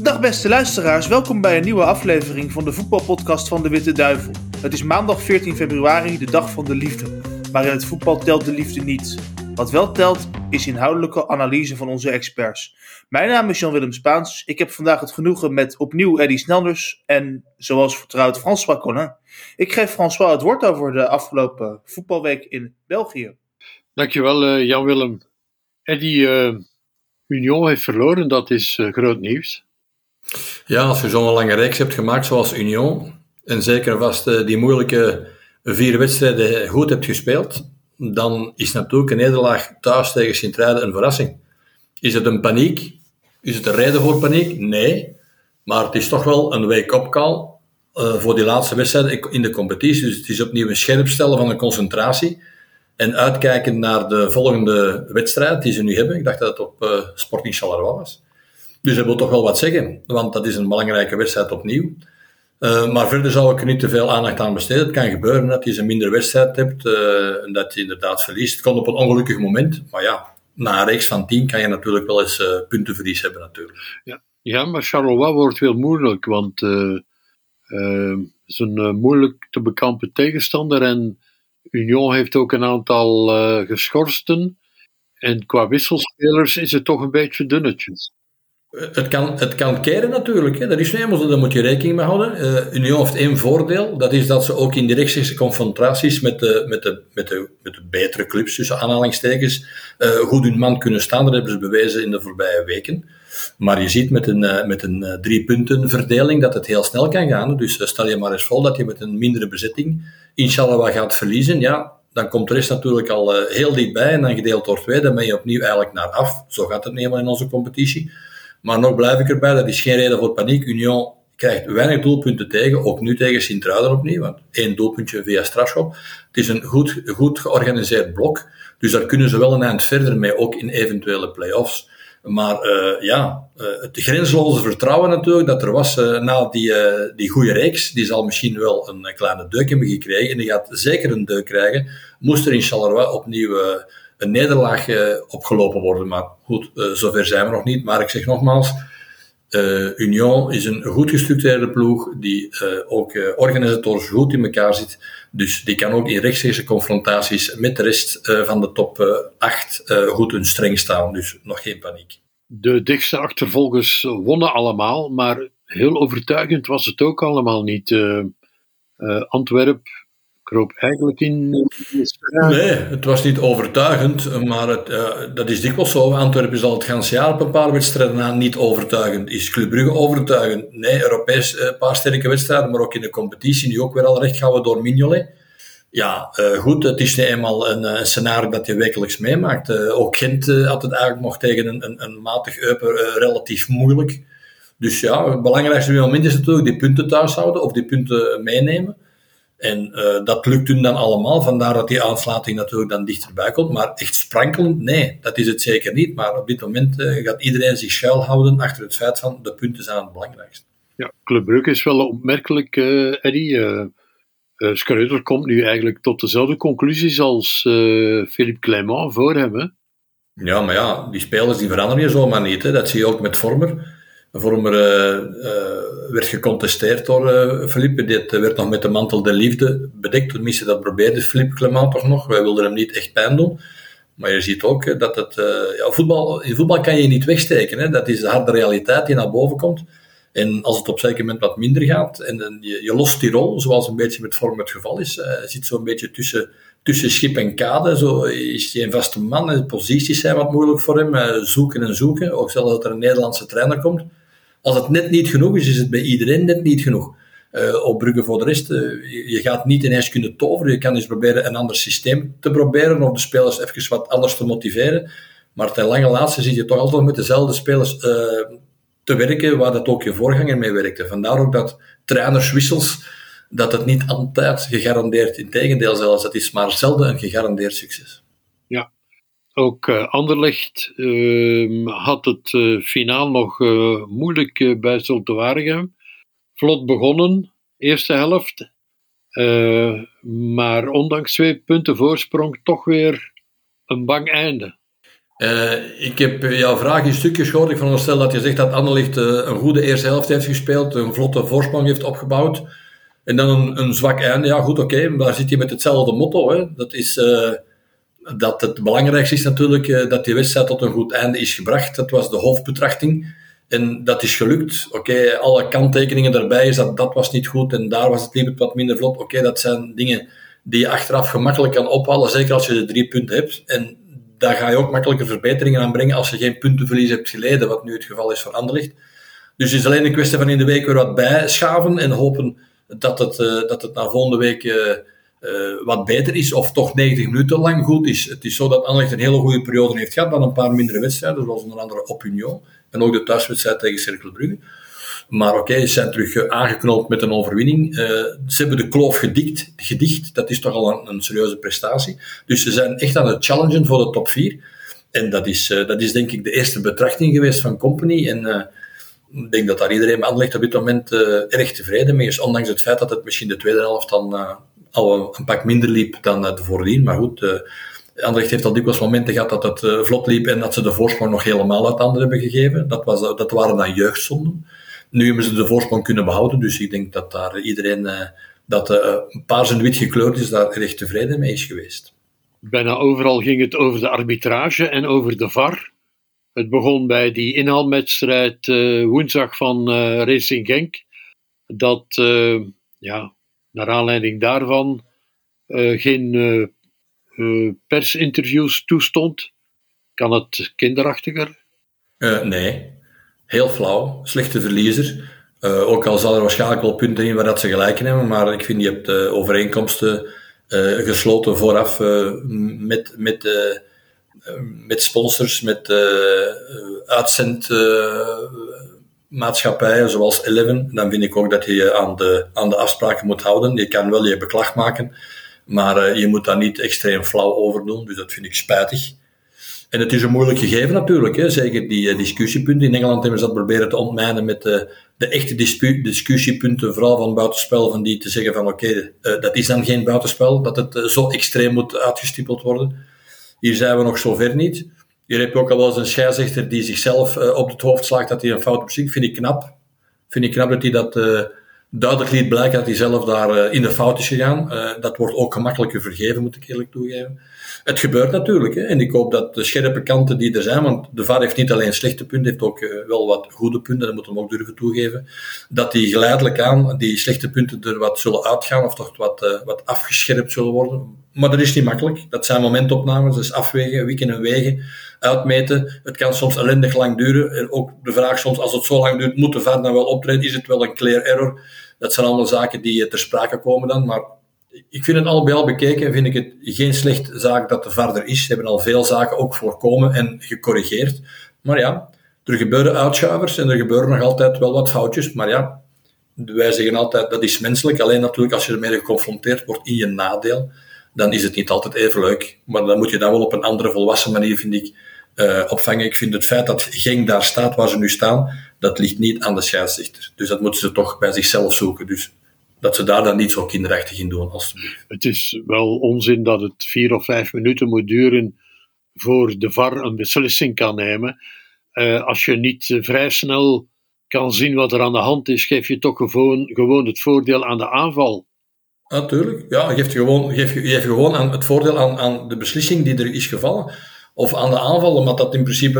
Dag beste luisteraars, welkom bij een nieuwe aflevering van de voetbalpodcast van de Witte Duivel. Het is maandag 14 februari, de dag van de liefde. Maar in het voetbal telt de liefde niet. Wat wel telt, is inhoudelijke analyse van onze experts. Mijn naam is Jan-Willem Spaans. Ik heb vandaag het genoegen met opnieuw Eddy Snelders en, zoals vertrouwd, François Collin. Ik geef François het woord over de afgelopen voetbalweek in België. Dankjewel Jan-Willem. Eddy, Union heeft verloren, dat is groot nieuws. Ja, als je zo'n lange reeks hebt gemaakt zoals Union, en zeker en vast die moeilijke 4 wedstrijden goed hebt gespeeld, dan is natuurlijk een nederlaag thuis tegen Sint-Truiden een verrassing. Is het een paniek? Is het een reden voor paniek? Nee. Maar het is toch wel een wake-up call voor die laatste wedstrijden in de competitie. Dus het is opnieuw een scherpstellen van een concentratie. En uitkijken naar de volgende wedstrijd die ze nu hebben. Ik dacht dat het op Sporting Charleroi was. Dus dat wil toch wel wat zeggen, want dat is een belangrijke wedstrijd opnieuw. Maar verder zou ik er niet te veel aandacht aan besteden. Het kan gebeuren dat je een minder wedstrijd hebt en dat je inderdaad verliest. Het kan op een ongelukkig moment, maar ja, na een reeks van 10 kan je natuurlijk wel eens puntenverlies hebben natuurlijk. Ja, maar Charleroi wordt wel moeilijk, want het is een moeilijk te bekampen tegenstander en Union heeft ook een aantal geschorsten. En qua wisselspelers is het toch een beetje dunnetjes. Het kan keren natuurlijk, hè. Dat is nu eenmaal zo, daar moet je rekening mee houden. Union heeft 1 voordeel, dat is dat ze ook in die rechtstreekse confrontaties met de betere clubs, tussen aanhalingstekens, goed hun man kunnen staan. Dat hebben ze bewezen in de voorbije weken. Maar je ziet met een 3 punten verdeling dat het heel snel kan gaan. Dus stel je maar eens voor dat je met een mindere bezetting inshallah wat gaat verliezen, ja, dan komt de rest natuurlijk al heel dichtbij en dan gedeeld door 2, dan ben je opnieuw eigenlijk naar af. Zo gaat het niet helemaal in onze competitie. Maar nog blijf ik erbij, dat is geen reden voor paniek. Union krijgt weinig doelpunten tegen, ook nu tegen Sint-Truiden opnieuw, want 1 doelpuntje via strafschop. Het is een goed georganiseerd blok, dus daar kunnen ze wel een eind verder mee, ook in eventuele play-offs. Maar het grenzeloze vertrouwen natuurlijk dat er was na die goede reeks, die zal misschien wel een kleine deuk hebben gekregen, en die gaat zeker een deuk krijgen, moest er in Charleroi opnieuw een nederlaag opgelopen worden. Maar goed, zover zijn we nog niet. Maar ik zeg nogmaals, Union is een goed gestructureerde ploeg die ook organisatorisch goed in elkaar zit. Dus die kan ook in rechtstreekse confrontaties met de rest van de top 8 goed hun streng staan. Dus nog geen paniek. De dichtste achtervolgers wonnen allemaal, maar heel overtuigend was het ook allemaal niet. Antwerp kroop eigenlijk in. Nee, het was niet overtuigend, maar dat is dikwijls zo. Antwerpen is al het ganse jaar op een paar wedstrijden na niet overtuigend. Is Club Brugge overtuigend? Nee, Europees een paar sterke wedstrijden, maar ook in de competitie nu ook weer al recht gehouden door Mignolet. Ja, goed, het is nu eenmaal een scenario dat je wekelijks meemaakt. Ook Gent had het eigenlijk nog tegen een matig Eupen relatief moeilijk. Dus ja, het belangrijkste moment is natuurlijk die punten thuis houden of die punten meenemen. En dat lukt hun dan allemaal, vandaar dat die aansluiting natuurlijk dan dichterbij komt. Maar echt sprankelend, nee, dat is het zeker niet. Maar op dit moment gaat iedereen zich schuilhouden achter het feit van de punten zijn het belangrijkste. Ja, Club Brugge is wel opmerkelijk, Eddy. Schreuder komt nu eigenlijk tot dezelfde conclusies als Philippe Clement voor hem. Hè? Ja, maar ja, die spelers die veranderen je zomaar niet. Hè. Dat zie je ook met Vormer. Vormer werd gecontesteerd door Philippe. Dit werd nog met de mantel der liefde bedekt. Tenminste, dat probeerde Philippe Clement toch nog. Wij wilden hem niet echt pijn doen. Maar je ziet ook dat het... in voetbal kan je niet wegsteken. Hè. Dat is de harde realiteit die naar boven komt. En als het op een zeker moment wat minder gaat, en je lost die rol, zoals een beetje met Vormer het geval is, zit zo'n beetje tussen schip en kade, zo is hij een vaste man, en de posities zijn wat moeilijk voor hem, zoeken en zoeken, ook zelfs dat er een Nederlandse trainer komt. Als het net niet genoeg is, is het bij iedereen net niet genoeg. Op Brugge voor de rest, je gaat niet ineens kunnen toveren, je kan eens proberen een ander systeem te proberen, of de spelers even wat anders te motiveren, maar ten lange laatste zit je toch altijd met dezelfde spelers te werken, waar dat ook je voorganger mee werkte. Vandaar ook dat trainerswissels, dat het niet altijd gegarandeerd, integendeel zelfs, het is maar zelden een gegarandeerd succes. Ja, ook Anderlecht had het finaal nog moeilijk bij Zulte Waregem. Vlot begonnen, eerste helft, maar ondanks 2 punten voorsprong toch weer een bang einde. Ik heb jouw vraag in stukjes gehoord. Ik veronderstel dat je zegt dat Anderlecht een goede eerste helft heeft gespeeld, een vlotte voorsprong heeft opgebouwd en dan een zwak einde. Ja, goed, oké, daar zit je met hetzelfde motto. Hè. Dat is dat het belangrijkste is natuurlijk dat die wedstrijd tot een goed einde is gebracht. Dat was de hoofdbetrachting en dat is gelukt. Oké, alle kanttekeningen daarbij is dat was niet goed en daar was het liep wat minder vlot. Oké, dat zijn dingen die je achteraf gemakkelijk kan ophalen, zeker als je de 3 punten hebt. En daar ga je ook makkelijker verbeteringen aan brengen als je geen puntenverlies hebt geleden, wat nu het geval is voor Anderlecht. Dus het is alleen een kwestie van in de week weer wat bijschaven en hopen dat het na volgende week wat beter is, of toch 90 minuten lang goed is. Het is zo dat Anderlecht een hele goede periode heeft gehad, dan een paar mindere wedstrijden, zoals onder andere op Union, en ook de thuiswedstrijd tegen Cercle Brugge. Maar oké, ze zijn terug aangeknoopt met een overwinning. Ze hebben de kloof gedicht. Dat is toch al een serieuze prestatie. Dus ze zijn echt aan het challengen voor de top 4. En dat is denk ik de eerste betrachting geweest van Company. En ik denk dat daar iedereen bij Anderlecht op dit moment erg tevreden mee is. Ondanks het feit dat het misschien de tweede helft dan al een pak minder liep dan de voordien. Maar goed, Anderlecht heeft al dikwijls momenten gehad dat het vlot liep en dat ze de voorsprong nog helemaal uit handen hebben gegeven. Dat waren dan jeugdzonden. Nu hebben ze de voorsprong kunnen behouden, dus ik denk dat daar iedereen dat paars en wit gekleurd is, daar erg tevreden mee is geweest. Bijna overal ging het over de arbitrage en over de VAR. Het begon bij die inhaalwedstrijd woensdag van Racing Genk, dat naar aanleiding daarvan geen persinterviews toestond. Kan het kinderachtiger? Nee. Heel flauw, slechte verliezer. Ook al zal er waarschijnlijk wel punten in waar dat ze gelijk hebben, maar ik vind je hebt overeenkomsten gesloten vooraf met sponsors, met uitzendmaatschappijen zoals Eleven. Dan vind ik ook dat je je aan de afspraken moet houden. Je kan wel je beklag maken, maar je moet daar niet extreem flauw over doen, dus dat vind ik spijtig. En het is een moeilijk gegeven natuurlijk, hè. Zeker die discussiepunten. In Engeland hebben ze dat proberen te ontmijnen met de echte discussiepunten, vooral van buitenspel, van die te zeggen van oké, dat is dan geen buitenspel, dat het zo extreem moet uitgestippeld worden. Hier zijn we nog zover niet. Hier heb je ook al wel eens een scheidsrechter die zichzelf op het hoofd slaagt dat hij een fout op zich. Vind ik knap dat hij dat duidelijk liet blijken dat hij zelf daar in de fout is gegaan. Dat wordt ook gemakkelijker vergeven, moet ik eerlijk toegeven. Het gebeurt natuurlijk, hè, en ik hoop dat de scherpe kanten die er zijn, want de VAR heeft niet alleen slechte punten, heeft ook wel wat goede punten, dat moeten we hem ook durven toegeven, dat die geleidelijk aan, die slechte punten er wat zullen uitgaan, of toch wat afgescherpt zullen worden. Maar dat is niet makkelijk. Dat zijn momentopnames, dat is afwegen, wikken en wegen, uitmeten. Het kan soms ellendig lang duren. En ook de vraag soms, als het zo lang duurt, moet de VAR dan wel optreden? Is het wel een clear error? Dat zijn allemaal zaken die ter sprake komen dan, maar ik vind het al bij al bekeken en vind ik het geen slechte zaak dat de VAR er is. Ze hebben al veel zaken ook voorkomen en gecorrigeerd. Maar ja, er gebeuren uitschuivers en er gebeuren nog altijd wel wat foutjes. Maar ja, wij zeggen altijd dat is menselijk. Alleen natuurlijk als je ermee geconfronteerd wordt in je nadeel, dan is het niet altijd even leuk. Maar dan moet je dat wel op een andere volwassen manier, vind ik, opvangen. Ik vind het feit dat Genk daar staat waar ze nu staan, dat ligt niet aan de scheidsrechter. Dus dat moeten ze toch bij zichzelf zoeken. Dus dat ze daar dan niet zo kinderachtig in doen, alstublieft. Het is wel onzin dat het 4 of 5 minuten moet duren voor de VAR een beslissing kan nemen. Als je niet vrij snel kan zien wat er aan de hand is, geef je toch gewoon het voordeel aan de aanval. Natuurlijk. Ja, geef je gewoon aan het voordeel aan de beslissing die er is gevallen. Of aan de aanval, omdat dat in principe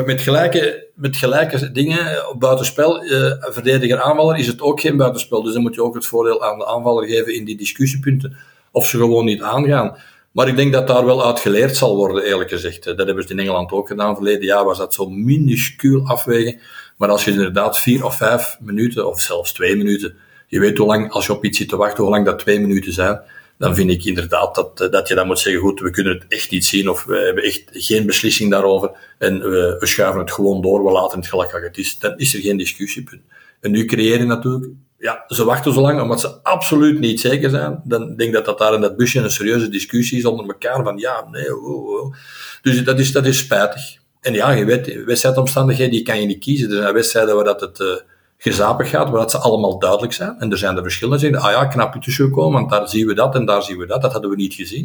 met gelijke dingen op buitenspel, verdediger aanvaller, is het ook geen buitenspel. Dus dan moet je ook het voordeel aan de aanvaller geven in die discussiepunten. Of ze gewoon niet aangaan. Maar ik denk dat daar wel uit geleerd zal worden, eerlijk gezegd. Dat hebben ze in Engeland ook gedaan. Verleden jaar was dat zo minuscuul afwegen. Maar als je inderdaad 4 of 5 minuten, of zelfs 2 minuten, je weet hoe lang, als je op iets zit te wachten, hoe lang dat 2 minuten zijn, dan vind ik inderdaad dat je dan moet zeggen, goed, we kunnen het echt niet zien, of we hebben echt geen beslissing daarover, en we schuiven het gewoon door, we laten het gelijk het is. Dan is er geen discussiepunt. En nu creëren natuurlijk, ja, ze wachten zo lang, omdat ze absoluut niet zeker zijn. Dan denk ik dat daar in dat busje een serieuze discussie is onder elkaar, van ja, nee, oh. Dus dat is spijtig. En ja, je weet, wedstrijdomstandigheden, die kan je niet kiezen. Er zijn wedstrijden waar dat het gezapig gaat, waar dat ze allemaal duidelijk zijn. En er zijn de verschillen. Zeggen, knap tussen gekomen, want daar zien we dat en daar zien we dat. Dat hadden we niet gezien.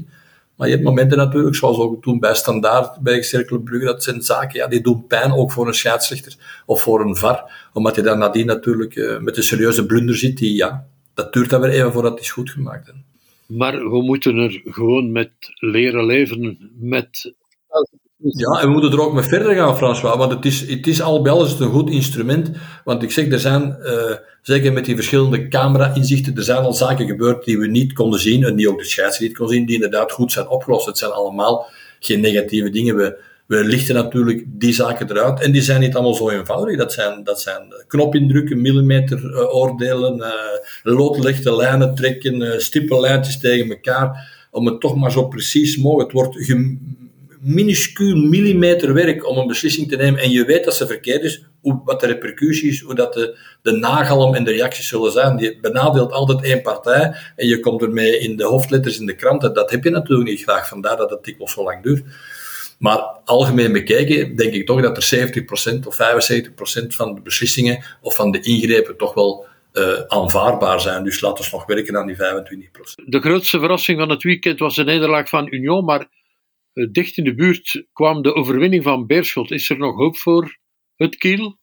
Maar je hebt momenten natuurlijk, zoals ook toen bij Standaard, bij Cercle Brugge, dat zijn zaken, die doen pijn, ook voor een scheidsrechter of voor een VAR, omdat je dan nadien natuurlijk met een serieuze blunder zit, dat duurt dan weer even voordat het is goed gemaakt is. Maar we moeten er gewoon met leren leven met... Ja, en we moeten er ook mee verder gaan, François, want het is al bij alles een goed instrument, want ik zeg, er zijn, zeker met die verschillende camera-inzichten, er zijn al zaken gebeurd die we niet konden zien, en die ook de scheidsrechter niet kon zien, die inderdaad goed zijn opgelost. Het zijn allemaal geen negatieve dingen. We lichten natuurlijk die zaken eruit, en die zijn niet allemaal zo eenvoudig. Dat zijn knopindrukken, millimeter oordelen, loodlichte lijnen trekken, stippellijntjes tegen elkaar, om het toch maar zo precies mogelijk. Het wordt minuscuul millimeter werk om een beslissing te nemen, en je weet dat ze verkeerd is, wat de repercussies, hoe dat de nagalm en de reacties zullen zijn. Je benadeelt altijd één partij, en je komt ermee in de hoofdletters in de kranten. Dat heb je natuurlijk niet graag, vandaar dat het dikwijls zo lang duurt. Maar algemeen bekeken denk ik toch dat er 70% of 75% van de beslissingen of van de ingrepen toch wel aanvaardbaar zijn. Dus laten we nog werken aan die 25%. De grootste verrassing van het weekend was de nederlaag van Union, maar dicht in de buurt kwam de overwinning van Beerschot. Is er nog hoop voor het Kiel?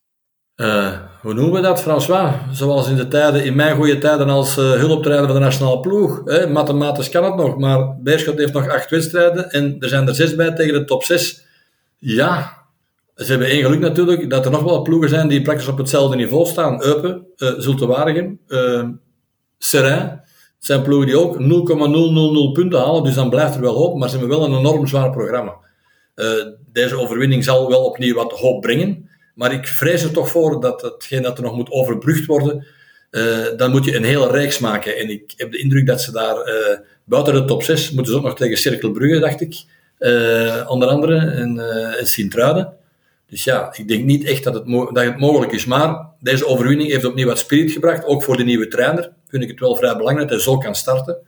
Hoe noemen we dat, François? Zoals in mijn goede tijden als hulptrainer van de nationale ploeg. Mathematisch kan het nog, maar Beerschot heeft nog 8 wedstrijden en er zijn er 6 bij tegen de top 6. Ja, ze hebben één geluk natuurlijk, dat er nog wel ploegen zijn die praktisch op hetzelfde niveau staan. Eupen, Zulte Waregem, Seraing. Het zijn ploegen die ook 0,000 punten halen, dus dan blijft er wel hoop, maar ze hebben wel een enorm zwaar programma. Deze overwinning zal wel opnieuw wat hoop brengen, maar ik vrees er toch voor dat hetgeen dat er nog moet overbrugd worden, dan moet je een hele reeks maken. En ik heb de indruk dat ze daar buiten de top 6, moeten ze ook nog tegen Cercle Brugge, dacht ik, onder andere, en Sint-Truiden. Dus ja, ik denk niet echt dat het mogelijk is, maar deze overwinning heeft opnieuw wat spirit gebracht, ook voor de nieuwe trainer. Vind ik het wel vrij belangrijk dat hij zo kan starten.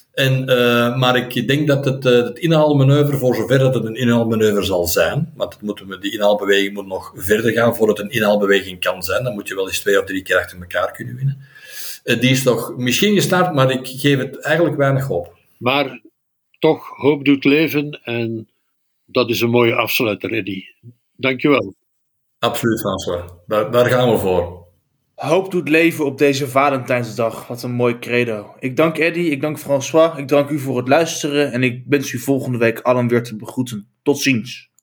Maar ik denk dat het inhaalmanoeuvre, voor zover dat het een inhaalmanoeuvre zal zijn, want die inhaalbeweging moet nog verder gaan voordat het een inhaalbeweging kan zijn, dan moet je wel eens 2 of 3 keer achter elkaar kunnen winnen. Die is toch misschien gestart, maar ik geef het eigenlijk weinig hoop. Maar toch, hoop doet leven, en dat is een mooie afsluiter, Eddy. Dankjewel. Absoluut, François. Daar gaan we voor. Hoop doet leven op deze Valentijnsdag. Wat een mooi credo. Ik dank Eddy, ik dank François, ik dank u voor het luisteren en ik wens u volgende week allen weer te begroeten. Tot ziens.